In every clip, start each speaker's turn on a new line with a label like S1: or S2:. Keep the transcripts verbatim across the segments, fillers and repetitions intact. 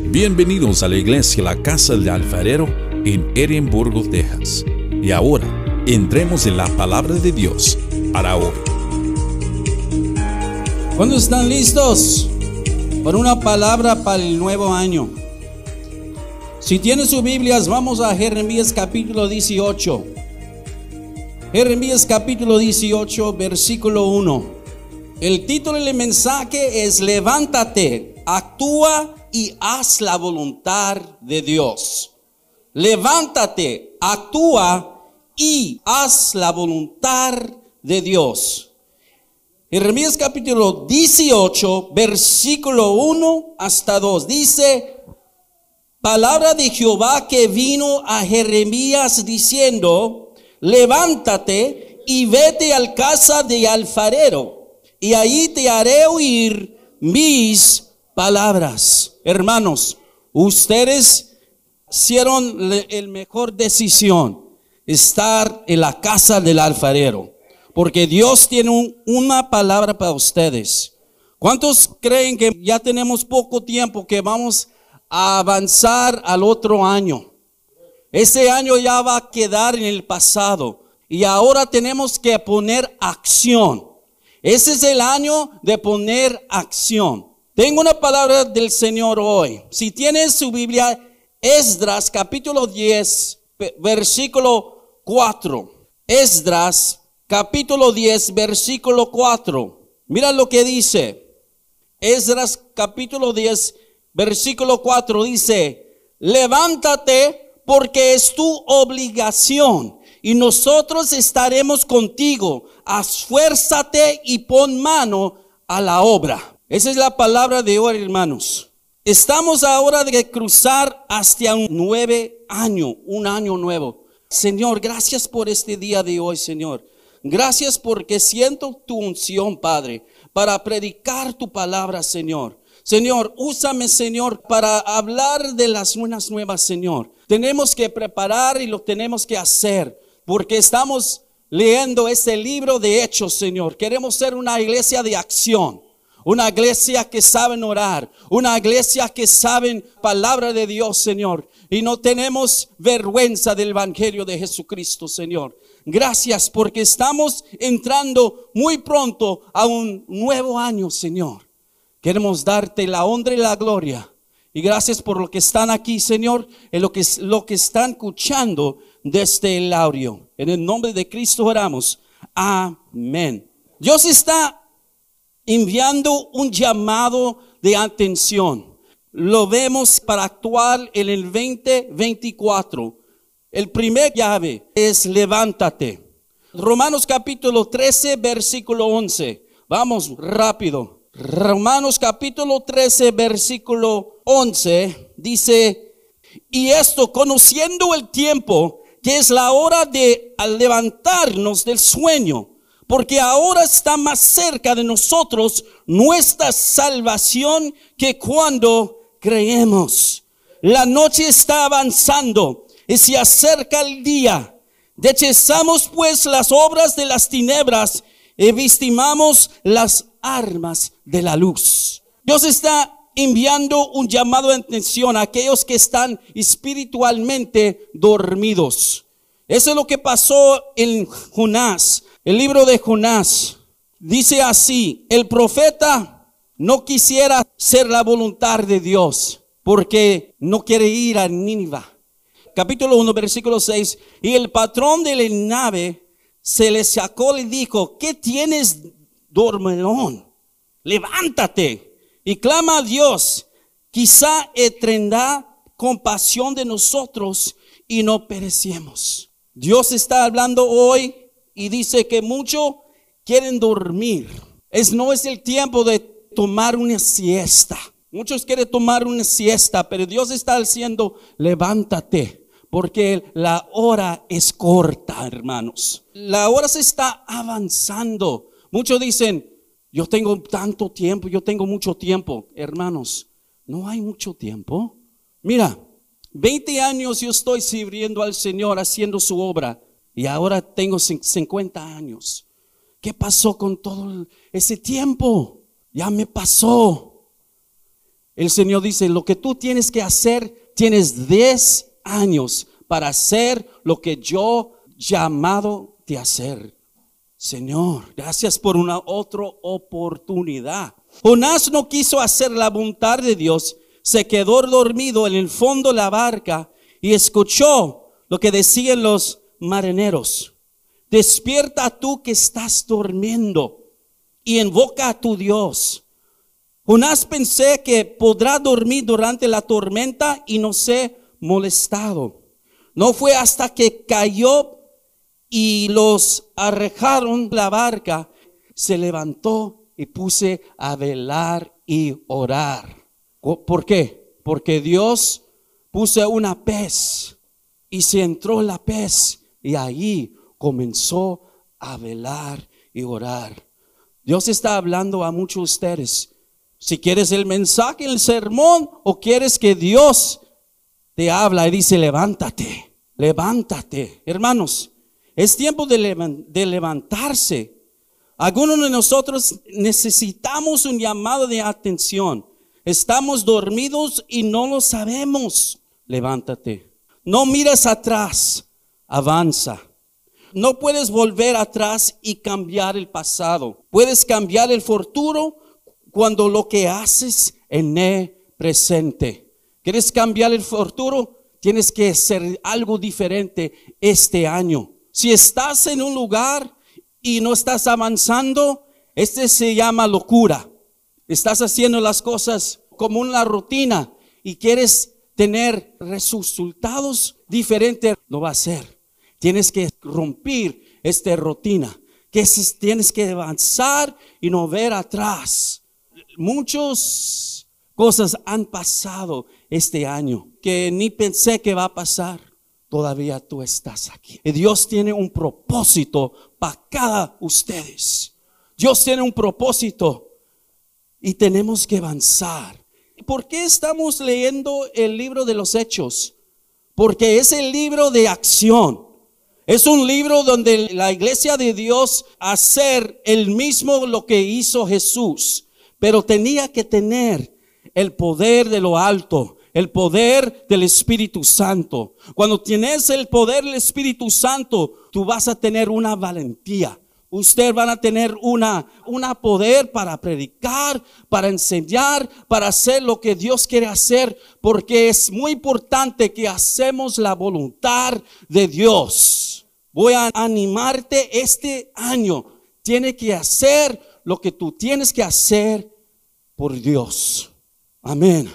S1: Bienvenidos a la iglesia La Casa del Alfarero en Edimburgo, Texas. Y ahora, entremos en la palabra de Dios para hoy.
S2: ¿Cuándo están listos para una palabra para el nuevo año? Si tienen sus Biblias, vamos a Jeremías capítulo dieciocho. Jeremías capítulo dieciocho, versículo uno. El título del mensaje es: levántate, actúa y haz la voluntad de Dios. Levántate, actúa y haz la voluntad de Dios. Jeremías capítulo dieciocho, versículo uno hasta dos, dice: palabra de Jehová que vino a Jeremías diciendo: levántate y vete al casa de alfarero, y ahí te haré oír mis palabras. Hermanos, ustedes hicieron la mejor decisión, estar en la casa del alfarero, porque Dios tiene un, una palabra para ustedes. ¿Cuántos creen que ya tenemos poco tiempo, que vamos a avanzar al otro año? Ese año ya va a quedar en el pasado y ahora tenemos que poner acción. Ese es el año de poner acción. Tengo una palabra del Señor hoy. Si tienes su Biblia, Esdras capítulo diez, versículo cuatro. Esdras capítulo diez, versículo cuatro. Mira lo que dice. Esdras capítulo diez, versículo cuatro dice: levántate, porque es tu obligación, y nosotros estaremos contigo. Esfuérzate y pon mano a la obra. Esa es la palabra de hoy, hermanos. Estamos ahora de cruzar hacia un nuevo año, un año nuevo. Señor, gracias por este día de hoy, Señor. Gracias porque siento tu unción, Padre, para predicar tu palabra, Señor. Señor, úsame, Señor, para hablar de las buenas nuevas, Señor. Tenemos que preparar y lo tenemos que hacer, porque estamos leyendo este libro de Hechos, Señor. Queremos ser una iglesia de acción. Una iglesia que saben orar, una iglesia que saben palabra de Dios, Señor. Y no tenemos vergüenza del evangelio de Jesucristo, Señor. Gracias porque estamos entrando muy pronto a un nuevo año, Señor. Queremos darte la honra y la gloria. Y gracias por lo que están aquí, Señor, en lo que, lo que están escuchando desde el audio. En el nombre de Cristo oramos. Amén. Dios está enviando un llamado de atención. Lo vemos para actuar en el veinte veinticuatro. El primer llave es levántate. Romanos capítulo trece, versículo once. Vamos rápido. Romanos capítulo trece, versículo once dice: y esto, conociendo el tiempo, que es la hora de levantarnos del sueño, porque ahora está más cerca de nosotros nuestra salvación que cuando creemos. La noche está avanzando y se acerca el día. Desechamos pues las obras de las tinieblas y vestimos las armas de la luz. Dios está enviando un llamado de atención a aquellos que están espiritualmente dormidos. Eso es lo que pasó en Jonás. El libro de Jonás dice así: el profeta no quisiera hacer la voluntad de Dios porque no quiere ir a Nínive. Capítulo uno, versículo seis. Y el patrón de la nave se le sacó y dijo: ¿qué tienes, dormilón? Levántate y clama a Dios. Quizá tendrá compasión de nosotros y no perecemos. Dios está hablando hoy y dice que muchos quieren dormir. Es, no es el tiempo de tomar una siesta. Muchos quieren tomar una siesta, pero Dios está diciendo: levántate, porque la hora es corta, hermanos. La hora se está avanzando. Muchos dicen: yo tengo tanto tiempo, yo tengo mucho tiempo. Hermanos, no hay mucho tiempo. Mira, veinte años yo estoy sirviendo al Señor, haciendo su obra. Y ahora tengo cincuenta años. ¿Qué pasó con todo ese tiempo? Ya me pasó. El Señor dice, lo que tú tienes que hacer, tienes diez años para hacer lo que yo llamado de hacer. Señor, gracias por una otra oportunidad. Jonás no quiso hacer la voluntad de Dios, se quedó dormido en el fondo de la barca y escuchó lo que decían los marineros. Despierta tú que estás durmiendo y invoca a tu Dios. Jonás pensé que podrá dormir durante la tormenta y no ser molestado. No fue hasta que cayó y los arrojaron la barca, se levantó y puse a velar y orar. ¿Por qué? Porque Dios puso una pez y se entró la pez y ahí comenzó a velar y orar. Dios está hablando a muchos de ustedes. Si quieres el mensaje, el sermón, o quieres que Dios te habla y dice levántate, levántate. Hermanos, es tiempo de, levant- de levantarse. Algunos de nosotros necesitamos un llamado de atención. Estamos dormidos y no lo sabemos. Levántate. No miras atrás, avanza. No puedes volver atrás y cambiar el pasado. Puedes cambiar el futuro cuando lo que haces en el presente. ¿Quieres cambiar el futuro? Tienes que hacer algo diferente este año. Si estás en un lugar y no estás avanzando, este se llama locura. Estás haciendo las cosas como una rutina y quieres tener resultados diferentes, no va a ser. Tienes que romper esta rutina, que tienes que avanzar y no ver atrás. Muchas cosas han pasado este año que ni pensé que va a pasar. Todavía tú estás aquí. Y Dios tiene un propósito para cada ustedes. Dios tiene un propósito y tenemos que avanzar. ¿Por qué estamos leyendo el libro de los Hechos? Porque es el libro de acción. Es un libro donde la iglesia de Dios hacer el mismo lo que hizo Jesús, pero tenía que tener el poder de lo alto. El poder del Espíritu Santo. Cuando tienes el poder del Espíritu Santo, tú vas a tener una valentía. Ustedes van a tener una, una poder para predicar, para enseñar, para hacer lo que Dios quiere hacer. Porque es muy importante que hacemos la voluntad de Dios. Voy a animarte este año. Tienes que hacer lo que tú tienes que hacer por Dios. Amén.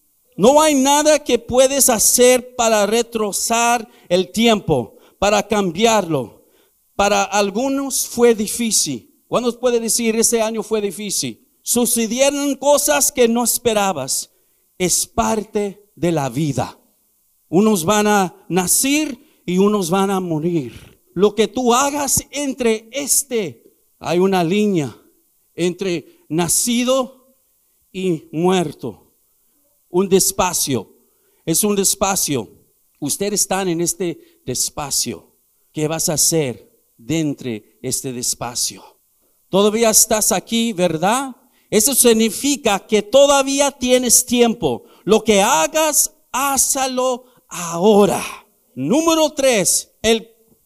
S2: No hay nada que puedes hacer para retroceder el tiempo, para cambiarlo. Para algunos fue difícil. ¿Cuántos pueden decir ese año fue difícil? Sucedieron cosas que no esperabas. Es parte de la vida. Unos van a nacer y unos van a morir. Lo que tú hagas entre este, hay una línea entre nacido y muerto. Un despacio, es un despacio. Ustedes están en este despacio. ¿Qué vas a hacer dentro de este despacio? Todavía estás aquí, ¿verdad? Eso significa que todavía tienes tiempo. Lo que hagas, hazlo ahora. Número tres, el,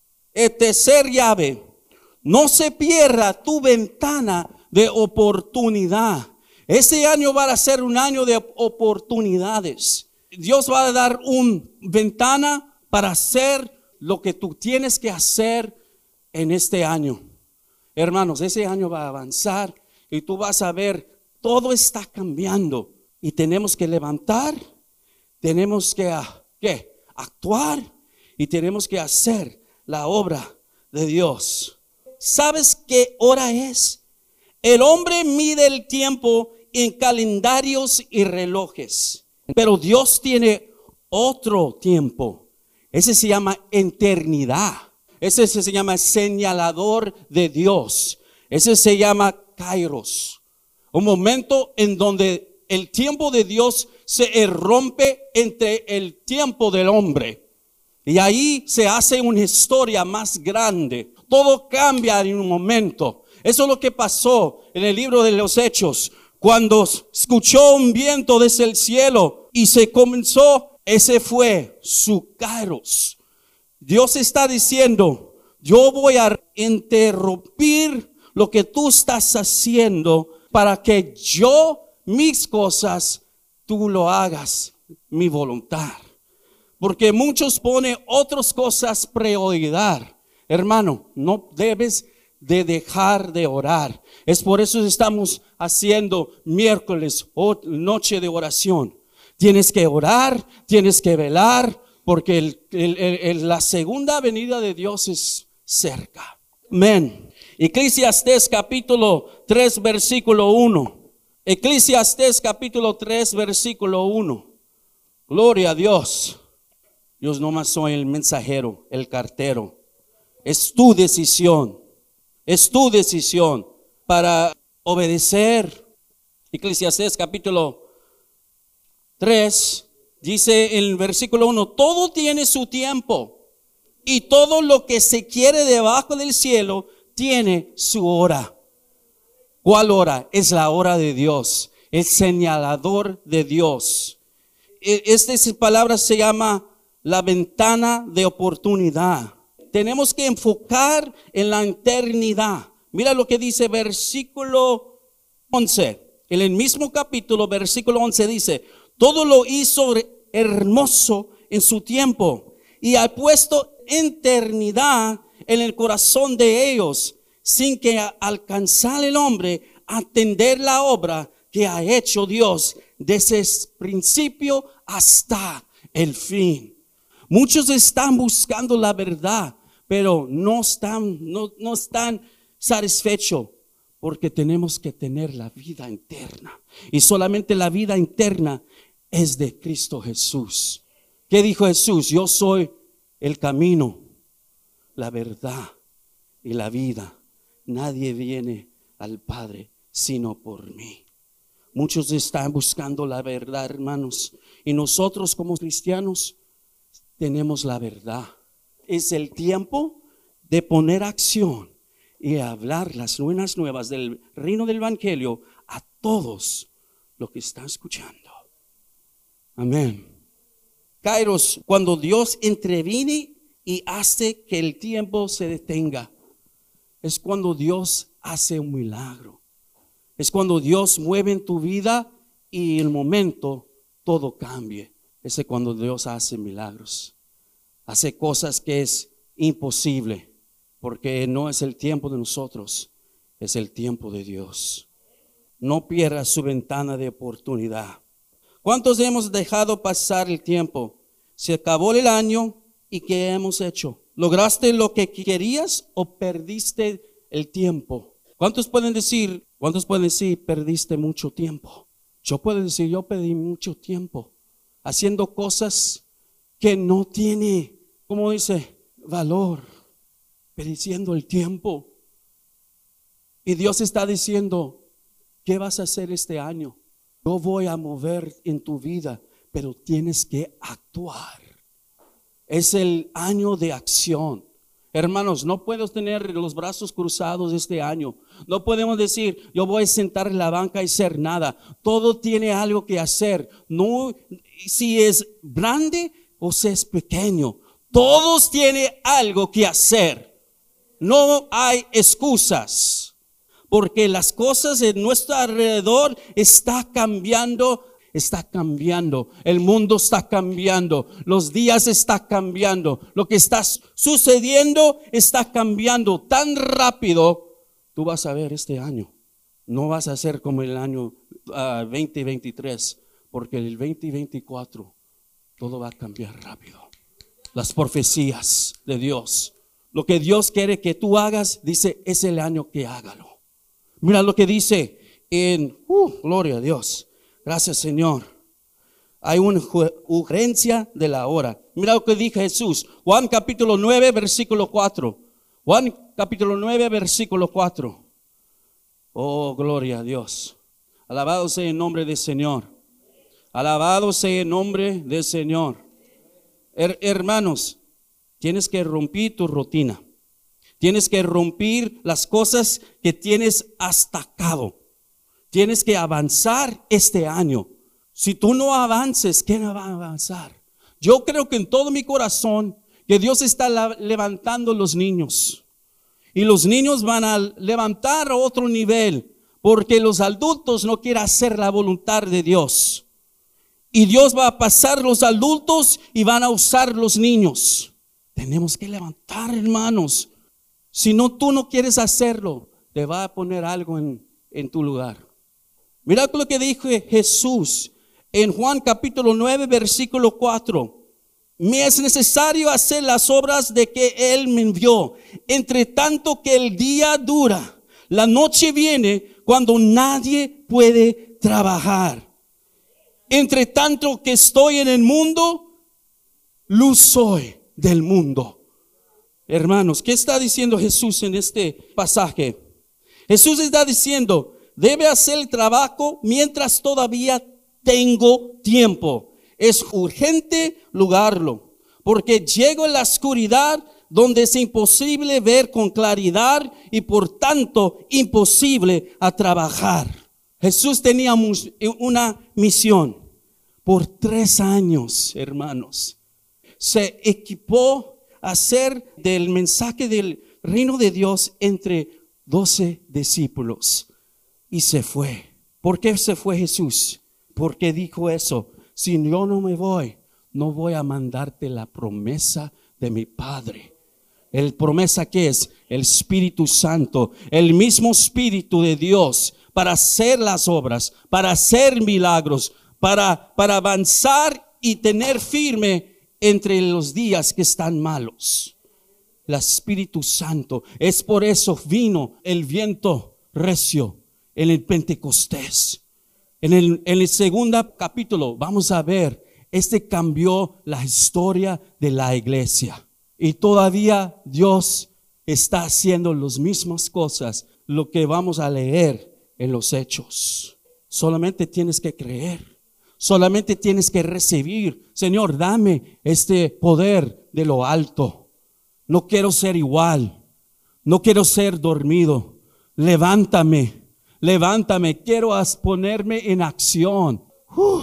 S2: el tercer llave. No se pierda tu ventana de oportunidad. Este año va a ser un año de oportunidades. Dios va a dar una ventana para hacer lo que tú tienes que hacer en este año. Hermanos, ese año va a avanzar y tú vas a ver, todo está cambiando. Y tenemos que levantar, tenemos que ¿qué? actuar y tenemos que hacer la obra de Dios. ¿Sabes qué hora es? El hombre mide el tiempo en calendarios y relojes, pero Dios tiene otro tiempo. Ese se llama eternidad. Ese se llama señalador de Dios. Ese se llama Kairos. Un momento en donde el tiempo de Dios se irrumpe entre el tiempo del hombre. Y ahí se hace una historia más grande. Todo cambia en un momento. Eso es lo que pasó en el libro de los Hechos. Cuando escuchó un viento desde el cielo y se comenzó, ese fue su kairos. Dios está diciendo, yo voy a interrumpir lo que tú estás haciendo para que yo, mis cosas, tú lo hagas, mi voluntad. Porque muchos ponen otras cosas prioridad. Hermano, no debes de dejar de orar. Es por eso estamos haciendo miércoles o noche de oración. Tienes que orar, tienes que velar, porque el, el, el, la segunda venida de Dios es cerca. Amén. Eclesiastés capítulo tres versículo uno. Eclesiastés capítulo tres versículo uno. Gloria a Dios. Dios no más soy el mensajero, el cartero. Es tu decisión. Es tu decisión para obedecer. Eclesiastés capítulo tres dice en el versículo uno, todo tiene su tiempo y todo lo que se quiere debajo del cielo tiene su hora. ¿Cuál hora? Es la hora de Dios, el señalador de Dios. Esta palabra se llama la ventana de oportunidad. Tenemos que enfocar en la eternidad. Mira lo que dice versículo once. En el mismo capítulo, versículo once dice, todo lo hizo hermoso en su tiempo y ha puesto eternidad en el corazón de ellos, sin que alcanzar el hombre a atender la obra que ha hecho Dios desde el principio hasta el fin. Muchos están buscando la verdad, pero no están, no, no están satisfechos, porque tenemos que tener la vida eterna. Y solamente la vida eterna es de Cristo Jesús. ¿Qué dijo Jesús? Yo soy el camino, la verdad y la vida. Nadie viene al Padre sino por mí. Muchos están buscando la verdad, hermanos. Y nosotros como cristianos tenemos la verdad. Es el tiempo de poner acción y hablar las buenas nuevas del reino del evangelio a todos los que están escuchando. Amén. Kairos, cuando Dios interviene y hace que el tiempo se detenga, es cuando Dios hace un milagro. Es cuando Dios mueve en tu vida y en el momento todo cambie. Es cuando Dios hace milagros. Hace cosas que es imposible, porque no es el tiempo de nosotros, es el tiempo de Dios. No pierdas su ventana de oportunidad. ¿Cuántos hemos dejado pasar el tiempo? Se acabó el año y ¿qué hemos hecho? ¿Lograste lo que querías o perdiste el tiempo? ¿Cuántos pueden decir, cuántos pueden decir, perdiste mucho tiempo? Yo puedo decir, yo perdí mucho tiempo haciendo cosas que no tiene, como dice, valor, perdiendo el tiempo. Y Dios está diciendo, ¿qué vas a hacer este año? Yo voy a mover en tu vida, pero tienes que actuar. Es el año de acción. Hermanos, no puedo tener los brazos cruzados este año. No podemos decir, yo voy a sentar en la banca y hacer nada. Todo tiene algo que hacer. No, si es grande o si es pequeño. Todos tienen algo que hacer. No hay excusas. Porque las cosas en nuestro alrededor está cambiando, está cambiando. El mundo está cambiando. Los días están cambiando. Lo que está sucediendo está cambiando tan rápido. Tú vas a ver este año. No vas a ser como el año uh, veinte veintitrés. Porque el veinte veinticuatro todo va a cambiar rápido. Las profecías de Dios. Lo que Dios quiere que tú hagas, dice, es el año que hágalo. Mira lo que dice en, uh, gloria a Dios. Gracias, Señor. Hay una urgencia de la hora. Mira lo que dijo Jesús. Juan capítulo nueve, versículo cuatro. Juan capítulo nueve, versículo cuatro. Oh, gloria a Dios. Alabado sea el nombre del Señor. Alabado sea el nombre del Señor. Her- hermanos, tienes que romper tu rutina. Tienes que romper las cosas que tienes atacado. Tienes que avanzar este año. Si tú no avances, ¿quién va a avanzar? Yo creo que en todo mi corazón que Dios está levantando los niños. Y los niños van a levantar a otro nivel, porque los adultos no quieren hacer la voluntad de Dios. Y Dios va a pasar los adultos y van a usar los niños. Tenemos que levantar, hermanos. Si no, tú no quieres hacerlo, te va a poner algo en, en tu lugar. Mira lo que dijo Jesús en Juan capítulo nueve, versículo cuatro. Me es necesario hacer las obras de que Él me envió. Entre tanto que el día dura, la noche viene cuando nadie puede trabajar. Entre tanto que estoy en el mundo, luz soy del mundo. Hermanos, ¿qué está diciendo Jesús en este pasaje? Jesús está diciendo, debe hacer el trabajo mientras todavía tengo tiempo. Es urgente lograrlo, porque llego en la oscuridad donde es imposible ver con claridad y por tanto imposible a trabajar. Jesús tenía una misión por tres años, hermanos. Se equipó a hacer del mensaje del reino de Dios entre doce discípulos y se fue. ¿Por qué se fue Jesús? ¿Por qué dijo eso? Si yo no me voy, no voy a mandarte la promesa de mi Padre. El promesa que es el Espíritu Santo, el mismo Espíritu de Dios para hacer las obras, para hacer milagros, para, para avanzar y tener firme entre los días que están malos. El Espíritu Santo. Es por eso vino el viento recio en el Pentecostés. En el, en el segundo capítulo vamos a ver, este cambió la historia de la iglesia. Y todavía Dios está haciendo las mismas cosas, lo que vamos a leer en los Hechos. Solamente tienes que creer, solamente tienes que recibir. Señor, dame este poder de lo alto. No quiero ser igual, no quiero ser dormido. Levántame. Levántame, quiero ponerme en acción. Uh.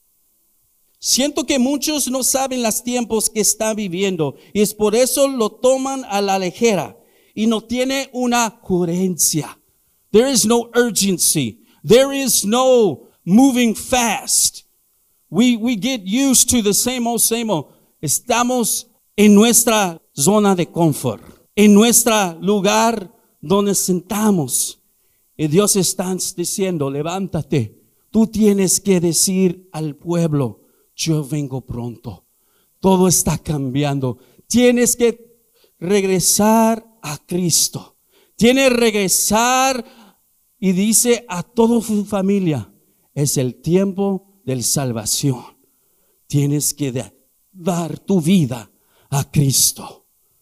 S2: Siento que muchos no saben los tiempos que están viviendo y es por eso lo toman a la ligera y no tiene una urgencia. There is no urgency. There is no moving fast. We, we get used to the same old, same old. Estamos en nuestra zona de confort, en nuestro lugar donde sentamos. Y Dios está diciendo, levántate. Tú tienes que decir al pueblo, yo vengo pronto. Todo está cambiando. Tienes que regresar a Cristo. Tienes que regresar y dice a toda su familia, es el tiempo de salvación. Tienes que dar tu vida a Cristo.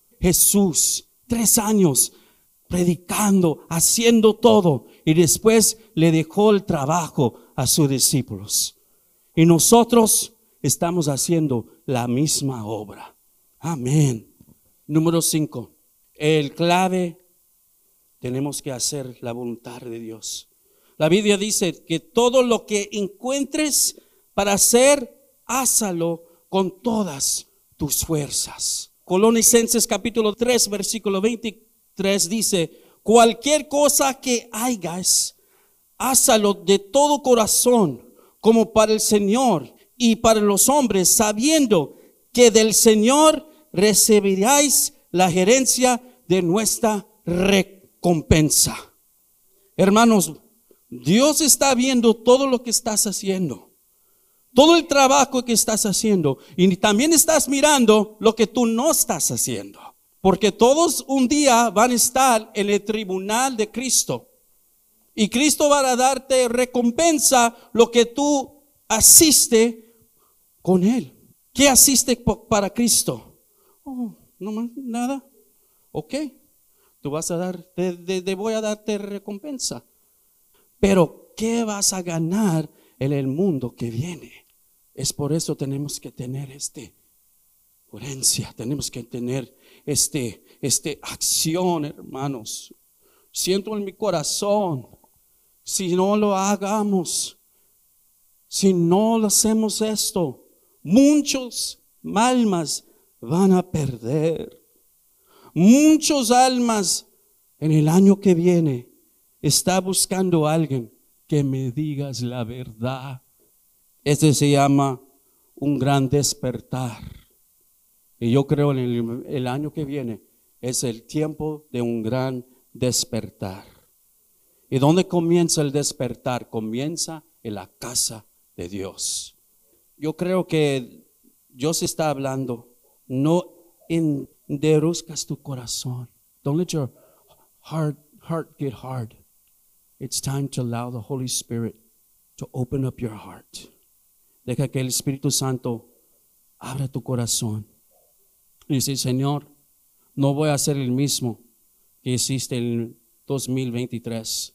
S2: Jesús, tres años predicando, haciendo todo, y después le dejó el trabajo a sus discípulos. Y nosotros estamos haciendo la misma obra. Amén. Número cinco. El clave, tenemos que hacer la voluntad de Dios. La Biblia dice que todo lo que encuentres para hacer, hazlo con todas tus fuerzas. Colosenses capítulo tres, versículo veinticuatro. tres dice, cualquier cosa que hagas, hazlo de todo corazón, como para el Señor y para los hombres, sabiendo que del Señor recibiráis la gerencia de nuestra recompensa. Hermanos, Dios está viendo todo lo que estás haciendo, todo el trabajo que estás haciendo, y también estás mirando lo que tú no estás haciendo. Porque todos un día van a estar en el tribunal de Cristo. Y Cristo va a darte recompensa lo que tú asiste con Él. ¿Qué asiste para Cristo? Oh, no más, nada. Ok, tú vas a dar, te, te, te voy a darte recompensa. Pero ¿qué vas a ganar en el mundo que viene? Es por eso tenemos que tener este urgencia, tenemos que tener este, este acción, hermanos. Siento en mi corazón si no lo hagamos, si no lo hacemos esto, muchos almas van a perder. Muchos almas en el año que viene está buscando a alguien que me digas la verdad. Este se llama un gran despertar. Y yo creo en el, el año que viene es el tiempo de un gran despertar. ¿Y dónde comienza el despertar? Comienza en la casa de Dios. Yo creo que Dios está hablando, no enderezcas tu corazón. Don't let your heart, heart get hard. It's time to allow the Holy Spirit to open up your heart. Deja que el Espíritu Santo abra tu corazón. Y dice, Señor, no voy a ser el mismo que hiciste en dos mil veintitrés.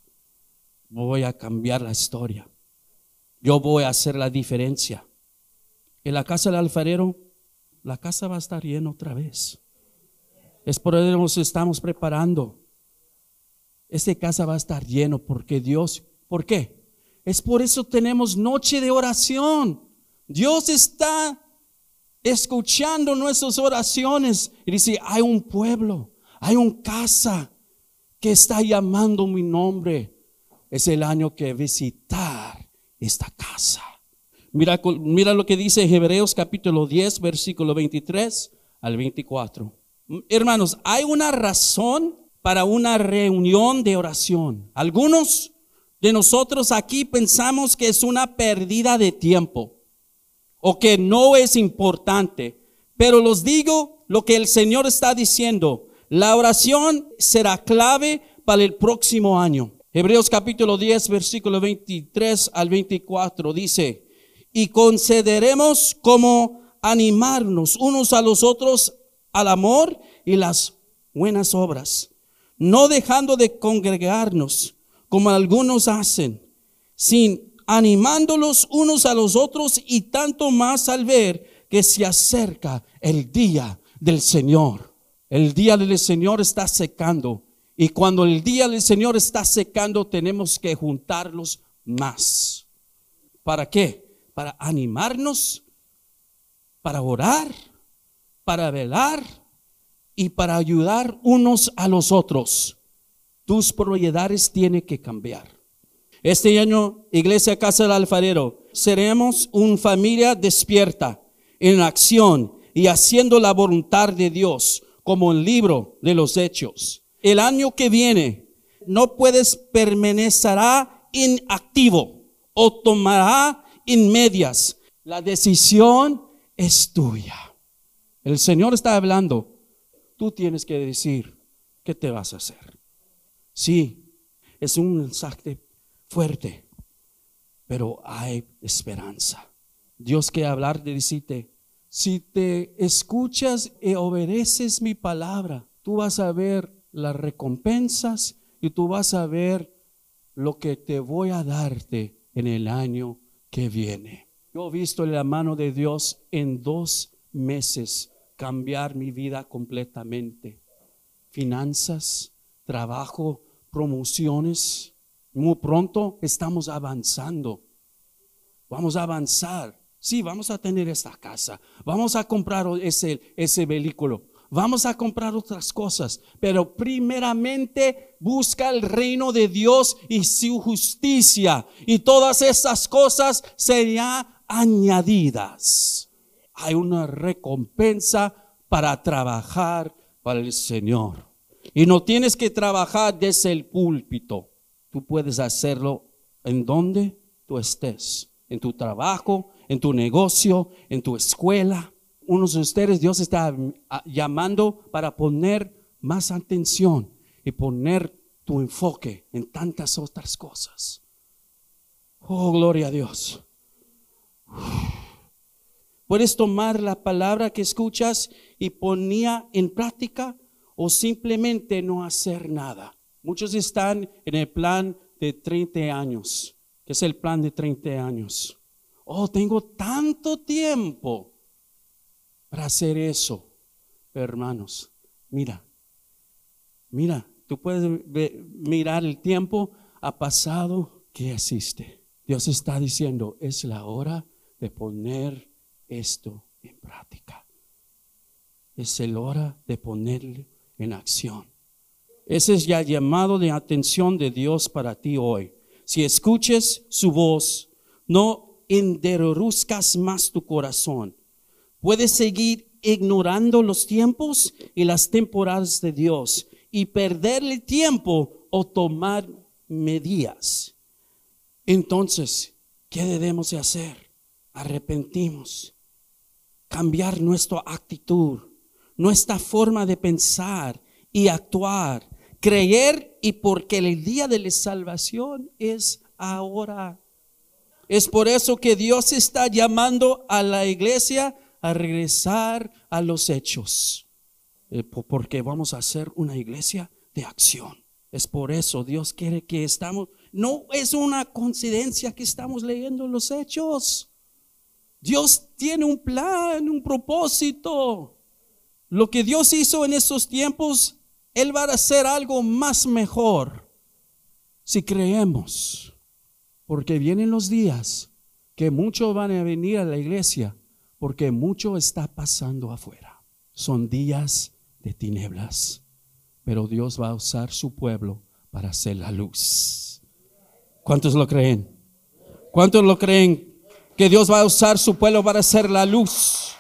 S2: Voy a cambiar la historia. Yo voy a hacer la diferencia. En la casa del alfarero, la casa va a estar llena otra vez. Es por eso que nos estamos preparando. Esta casa va a estar lleno porque Dios, ¿por qué? Es por eso tenemos noche de oración. Dios está escuchando nuestras oraciones y dice, hay un pueblo, hay una casa que está llamando mi nombre. Es el año que visitar esta casa. Mira, mira lo que dice Hebreos capítulo diez, versículo veintitrés al veinticuatro. Hermanos, hay una razón para una reunión de oración. Algunos de nosotros aquí pensamos que es una pérdida de tiempo o que no es importante, pero los digo lo que el Señor está diciendo. La oración será clave para el próximo año. Hebreos capítulo diez, versículo veintitrés al veinticuatro dice, y concederemos como animarnos unos a los otros al amor y las buenas obras, no dejando de congregarnos como algunos hacen, sin animándolos unos a los otros, y tanto más al ver que se acerca el día del Señor. El día del Señor está secando, y cuando el día del Señor está secando tenemos que juntarlos más. ¿Para qué? Para animarnos, para orar, para velar y para ayudar unos a los otros. Tus prioridades tienen que cambiar. Este año, Iglesia Casa del Alfarero, seremos una familia despierta, en acción y haciendo la voluntad de Dios, como el libro de los Hechos. El año que viene, no puedes permanecerá inactivo o tomará en medias. La decisión es tuya. El Señor está hablando. Tú tienes que decir qué te vas a hacer. Sí, es un mensaje fuerte, pero hay esperanza. Dios quiere hablar de decirte, si te escuchas y obedeces mi palabra, tú vas a ver las recompensas y tú vas a ver lo que te voy a darte en el año que viene. Yo he visto la mano de Dios en dos meses cambiar mi vida completamente. Finanzas, trabajo, promociones. Muy pronto estamos avanzando. Vamos a avanzar. Sí, vamos a tener esta casa. Vamos a comprar ese, ese vehículo. Vamos a comprar otras cosas. Pero primeramente busca el reino de Dios y su justicia. Y todas esas cosas serán añadidas. Hay una recompensa para trabajar para el Señor. Y no tienes que trabajar desde el púlpito. Tú puedes hacerlo en donde tú estés. En tu trabajo, en tu negocio, en tu escuela. Unos de ustedes Dios está llamando para poner más atención y poner tu enfoque en tantas otras cosas. Oh, gloria a Dios. Puedes tomar la palabra que escuchas y ponía en práctica o simplemente no hacer nada. Muchos están en el plan de treinta años. ¿Qué es el plan de treinta años? Oh, tengo tanto tiempo para hacer eso. Pero hermanos, mira, mira, tú puedes ver, mirar el tiempo ha pasado ¿qué hiciste? Dios está diciendo, es la hora de poner esto en práctica. Es la hora de ponerlo en acción. Ese es ya el llamado de atención de Dios para ti hoy. Si escuches su voz, no enderezcas más tu corazón. Puedes seguir ignorando los tiempos y las temporadas de Dios y perder el tiempo o tomar medidas. Entonces, ¿qué debemos de hacer? Arrepentimos, cambiar nuestra actitud, nuestra forma de pensar y actuar, creer, y porque el día de la salvación es ahora. Es por eso que Dios está llamando a la iglesia a regresar a los hechos, eh, porque vamos a ser una iglesia de acción. Es por eso Dios quiere que estamos, no es una coincidencia que estamos leyendo los hechos. Dios tiene un plan, un propósito. Lo que Dios hizo en estos tiempos, Él va a hacer algo más mejor si creemos. Porque vienen los días que muchos van a venir a la iglesia porque mucho está pasando afuera. Son días de tinieblas, pero Dios va a usar su pueblo para hacer la luz. ¿Cuántos lo creen? ¿Cuántos lo creen que Dios va a usar su pueblo para hacer la luz?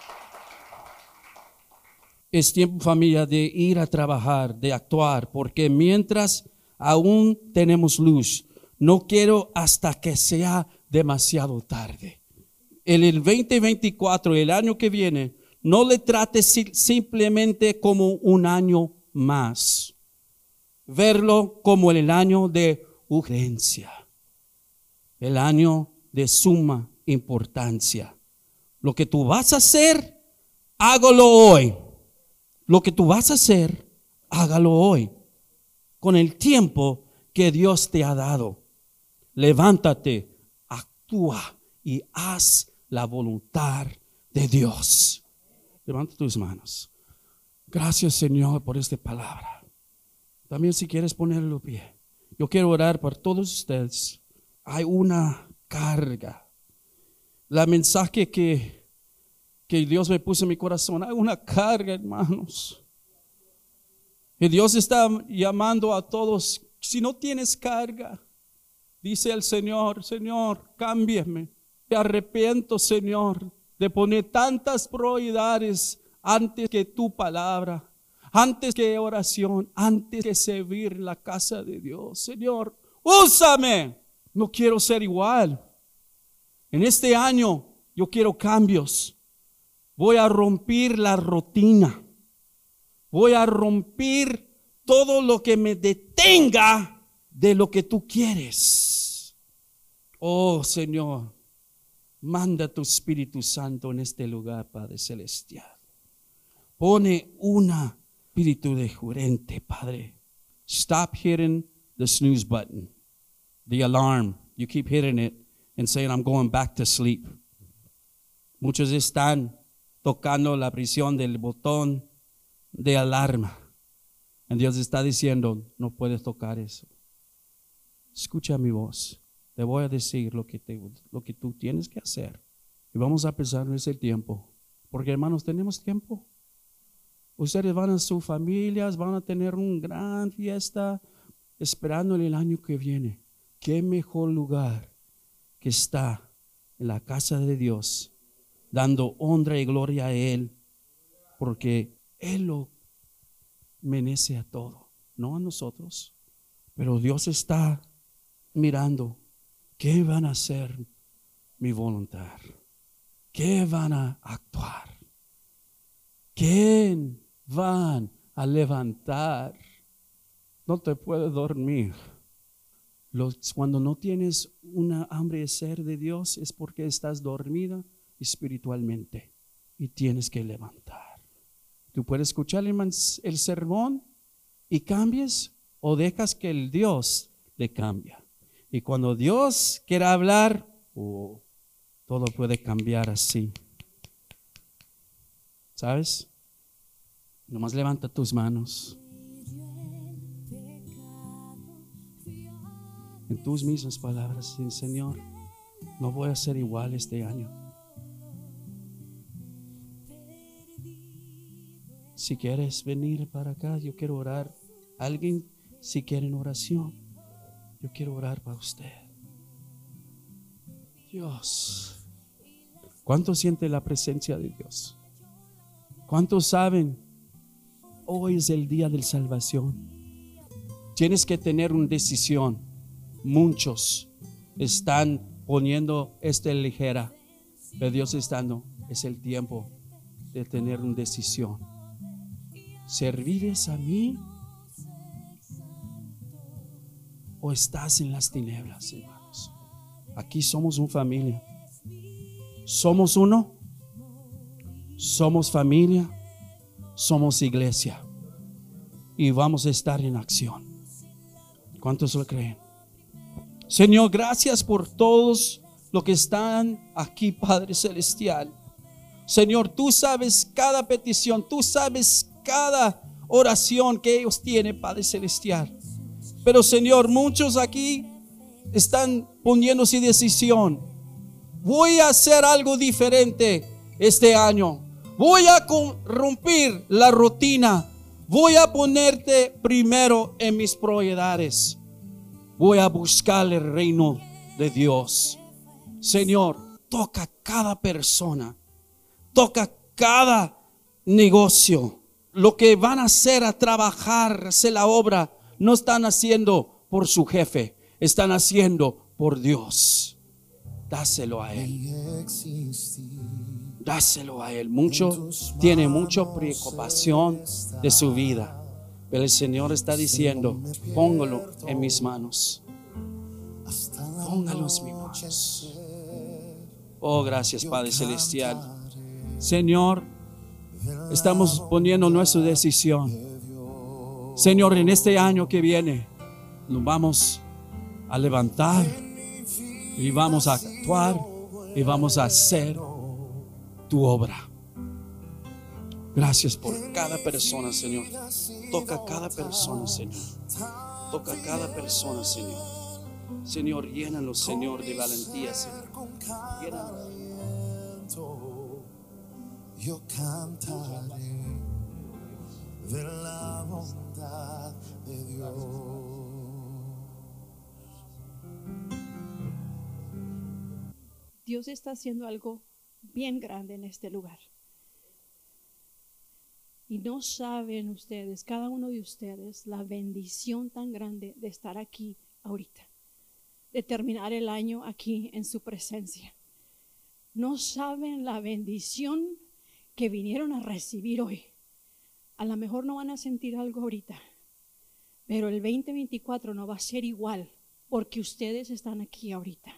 S2: Es tiempo, familia, de ir a trabajar, de actuar, porque mientras aún tenemos luz, no quiero hasta que sea demasiado tarde. En el veinte veinticuatro, el año que viene, no le trates simplemente como un año más. Verlo como el año de urgencia, el año de suma importancia. Lo que tú vas a hacer, hágalo hoy. Lo que tú vas a hacer, hágalo hoy, con el tiempo que Dios te ha dado. Levántate, actúa y haz la voluntad de Dios. Levanta tus manos. Gracias, Señor, por esta palabra. También si quieres ponerlo de pie. Yo quiero orar por todos ustedes. Hay una carga. La mensaje que, que Dios me puso en mi corazón, hay una carga, hermanos. Y Dios está llamando a todos. Si no tienes carga, dice el Señor, Señor, cámbiame. Me arrepiento, Señor, de poner tantas prioridades antes que tu palabra, antes que oración, antes que servir la casa de Dios. Señor, úsame. No quiero ser igual. En este año yo quiero cambios. Voy a romper la rutina. Voy a romper todo lo que me detenga de lo que tú quieres. Oh, Señor, manda tu Espíritu Santo en este lugar, Padre Celestial. Pone una espíritu de jurente, Padre. Stop hitting the snooze button, the alarm. You keep hitting it and saying, I'm going back to sleep. Muchos están tocando la prisión del botón de alarma. Y Dios está diciendo, no puedes tocar eso. Escucha mi voz. Te voy a decir lo que, te, lo que tú tienes que hacer. Y vamos a pensar en ese tiempo. Porque, hermanos, tenemos tiempo. Ustedes van a sus familias, van a tener una gran fiesta esperando el año que viene. Qué mejor lugar que está en la casa de Dios, dando honra y gloria a Él, porque Él lo merece a todo, no a nosotros. Pero Dios está mirando, ¿qué van a hacer mi voluntad? ¿Qué van a actuar? ¿Quién van a levantar? No te puedes dormir. Los, cuando no tienes una hambre de ser de Dios es porque estás dormida espiritualmente y tienes que levantar. Tú puedes escuchar el, el sermón y cambies, o dejas que el Dios le cambia. Y cuando Dios quiera hablar, oh, todo puede cambiar así. ¿Sabes? Nomás levanta tus manos. en tus mismas palabras, Señor, no voy a ser igual este año. Si quieres venir para acá, yo quiero orar. Alguien, si quieren oración, yo quiero orar para usted. Dios, ¿cuántos sienten la presencia de Dios? ¿Cuántos saben? Hoy es el día de salvación. Tienes que tener una decisión. Muchos están poniendo esta ligera, pero Dios está dando, es el tiempo de tener una decisión. ¿Servires a mí o estás en las tinieblas, hermanos? Aquí somos una familia. Somos uno. Somos familia. Somos iglesia. Y vamos a estar en acción. ¿Cuántos lo creen? Señor, gracias por todos los que están aquí, Padre Celestial. Señor, tú sabes cada petición, tú sabes cada oración que ellos tienen, Padre Celestial. Pero Señor, muchos aquí están poniéndose decisión. Voy a hacer algo diferente este año. Voy a romper la rutina. Voy a ponerte primero en mis prioridades. Voy a buscar el reino de Dios. Señor, toca cada persona. Toca cada negocio. Lo que van a hacer a trabajar, hacer la obra, no están haciendo por su jefe, están haciendo por Dios. Dáselo a Él. Dáselo a Él. Mucho, tiene mucha preocupación de su vida, pero el Señor está diciendo: póngalo en mis manos. Póngalo en mis manos. Oh, gracias, Padre Celestial. Señor, estamos poniendo nuestra decisión. Señor, en este año que viene nos vamos a levantar y vamos a actuar y vamos a hacer tu obra. Gracias por cada persona, Señor. Toca a cada persona, Señor. Toca a cada persona, Señor. Señor, llénalos, Señor, de valentía, Señor. Llénalos.
S3: Yo cantaré de la bondad de Dios.
S4: Dios está haciendo algo bien grande en este lugar. Y no saben ustedes, cada uno de ustedes, la bendición tan grande de estar aquí ahorita, de terminar el año aquí en su presencia. No saben la bendición que vinieron a recibir hoy. A lo mejor no van a sentir algo ahorita, pero el veinte veinticuatro no va a ser igual porque ustedes están aquí ahorita.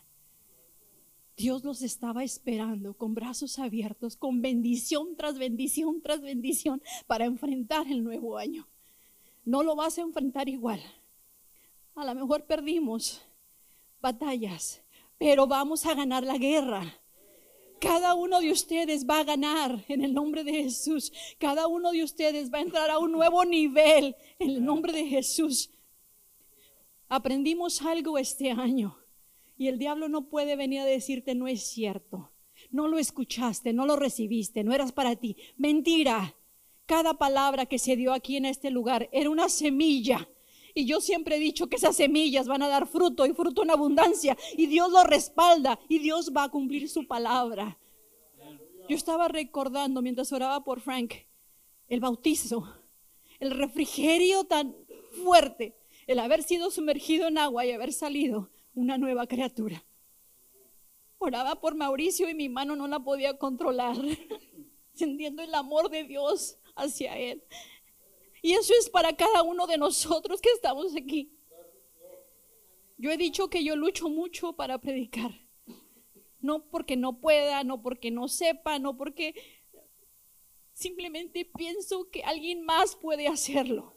S4: Dios los estaba esperando con brazos abiertos, con bendición tras bendición tras bendición para enfrentar el nuevo año. No lo vas a enfrentar igual. A lo mejor perdimos batallas, pero vamos a ganar la guerra. Cada uno de ustedes va a ganar en el nombre de Jesús. Cada uno de ustedes va a entrar a un nuevo nivel en el nombre de Jesús. Aprendimos algo este año. Y el diablo no puede venir a decirte: no es cierto, no lo escuchaste, no lo recibiste, no eras para ti. Mentira. Cada palabra que se dio aquí en este lugar era una semilla. Y yo siempre he dicho que esas semillas van a dar fruto y fruto en abundancia. Y Dios lo respalda y Dios va a cumplir su palabra. Yo estaba recordando mientras oraba por Frank el bautizo, el refrigerio tan fuerte, el haber sido sumergido en agua y haber salido una nueva criatura. Oraba por Mauricio y mi mano no la podía controlar, sintiendo el amor de Dios hacia él. Y eso es para cada uno de nosotros que estamos aquí. Yo he dicho que yo lucho mucho para predicar. No porque no pueda, no porque no sepa, no porque simplemente pienso que alguien más puede hacerlo.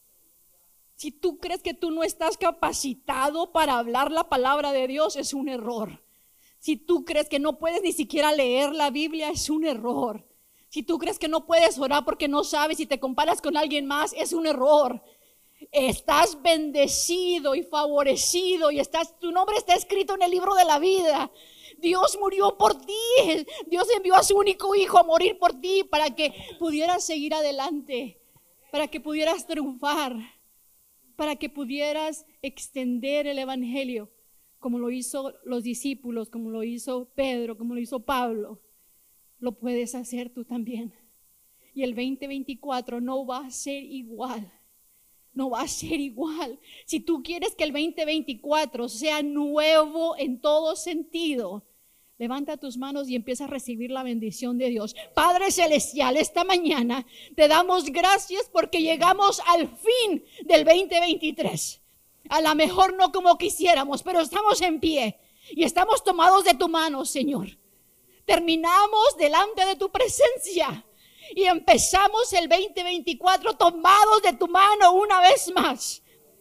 S4: Si tú crees que tú no estás capacitado para hablar la palabra de Dios, es un error. Si tú crees que no puedes ni siquiera leer la Biblia, es un error. Si tú crees que no puedes orar porque no sabes y te comparas con alguien más, es un error. Estás bendecido y favorecido y estás, tu nombre está escrito en el libro de la vida. Dios murió por ti. Dios envió a su único hijo a morir por ti para que pudieras seguir adelante, para que pudieras triunfar, para que pudieras extender el evangelio como lo hizo los discípulos, como lo hizo Pedro, como lo hizo Pablo. Lo puedes hacer tú también. Y el veinte veinticuatro no va a ser igual. No va a ser igual. Si tú quieres que el veinte veinticuatro sea nuevo en todo sentido, levanta tus manos y empieza a recibir la bendición de Dios. Padre Celestial, esta mañana te damos gracias porque llegamos al fin del veinte veintitrés. A lo mejor no como quisiéramos, pero estamos en pie y estamos tomados de tu mano, Señor. Terminamos delante de tu presencia y empezamos el veinte veinticuatro tomados de tu mano una vez más,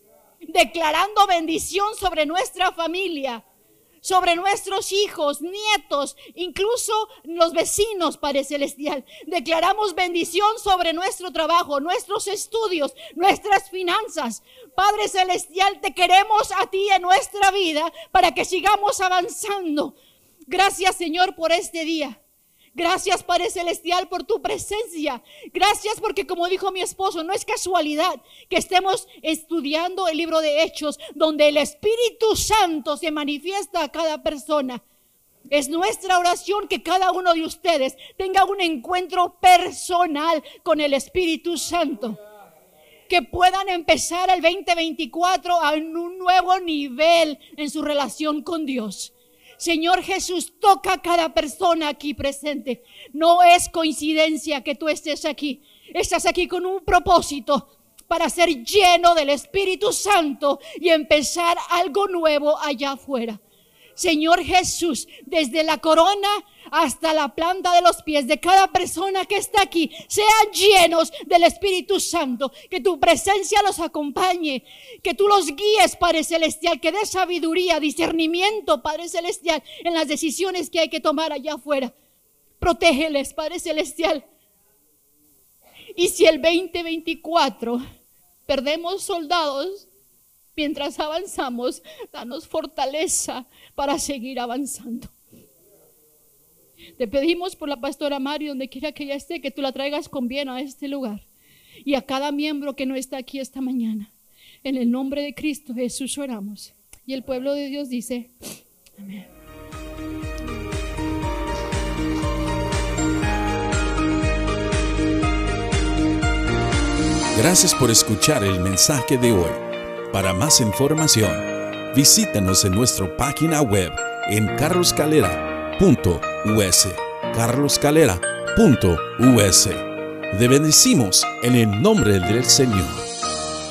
S4: declarando bendición sobre nuestra familia, sobre nuestros hijos, nietos, incluso los vecinos, Padre Celestial. Declaramos bendición sobre nuestro trabajo, nuestros estudios, nuestras finanzas. Padre Celestial, te queremos a ti en nuestra vida para que sigamos avanzando. Gracias, Señor, por este día. Gracias, Padre Celestial, por tu presencia. Gracias porque, como dijo mi esposo, no es casualidad que estemos estudiando el libro de Hechos, donde el Espíritu Santo se manifiesta a cada persona. Es nuestra oración que cada uno de ustedes tenga un encuentro personal con el Espíritu Santo, que puedan empezar el veinte veinticuatro a un nuevo nivel en su relación con Dios. Señor Jesús, toca a cada persona aquí presente. No es coincidencia que tú estés aquí. Estás aquí con un propósito para ser lleno del Espíritu Santo y empezar algo nuevo allá afuera. Señor Jesús, desde la corona hasta la planta de los pies de cada persona que está aquí, sean llenos del Espíritu Santo, que tu presencia los acompañe, que tú los guíes, Padre Celestial, que des sabiduría, discernimiento, Padre Celestial, en las decisiones que hay que tomar allá afuera. Protégeles, Padre Celestial. Y si el veinte veinticuatro perdemos soldados mientras avanzamos, danos fortaleza para seguir avanzando. Te pedimos por la pastora Mari, donde quiera que ella esté, que tú la traigas con bien a este lugar. Y a cada miembro que no está aquí esta mañana. En el nombre de Cristo Jesús oramos. Y el pueblo de Dios dice, amén.
S1: Gracias por escuchar el mensaje de hoy. Para más información, visítanos en nuestra página web en carlos calera punto u s. carlos calera punto u s. Te bendecimos en el nombre del Señor.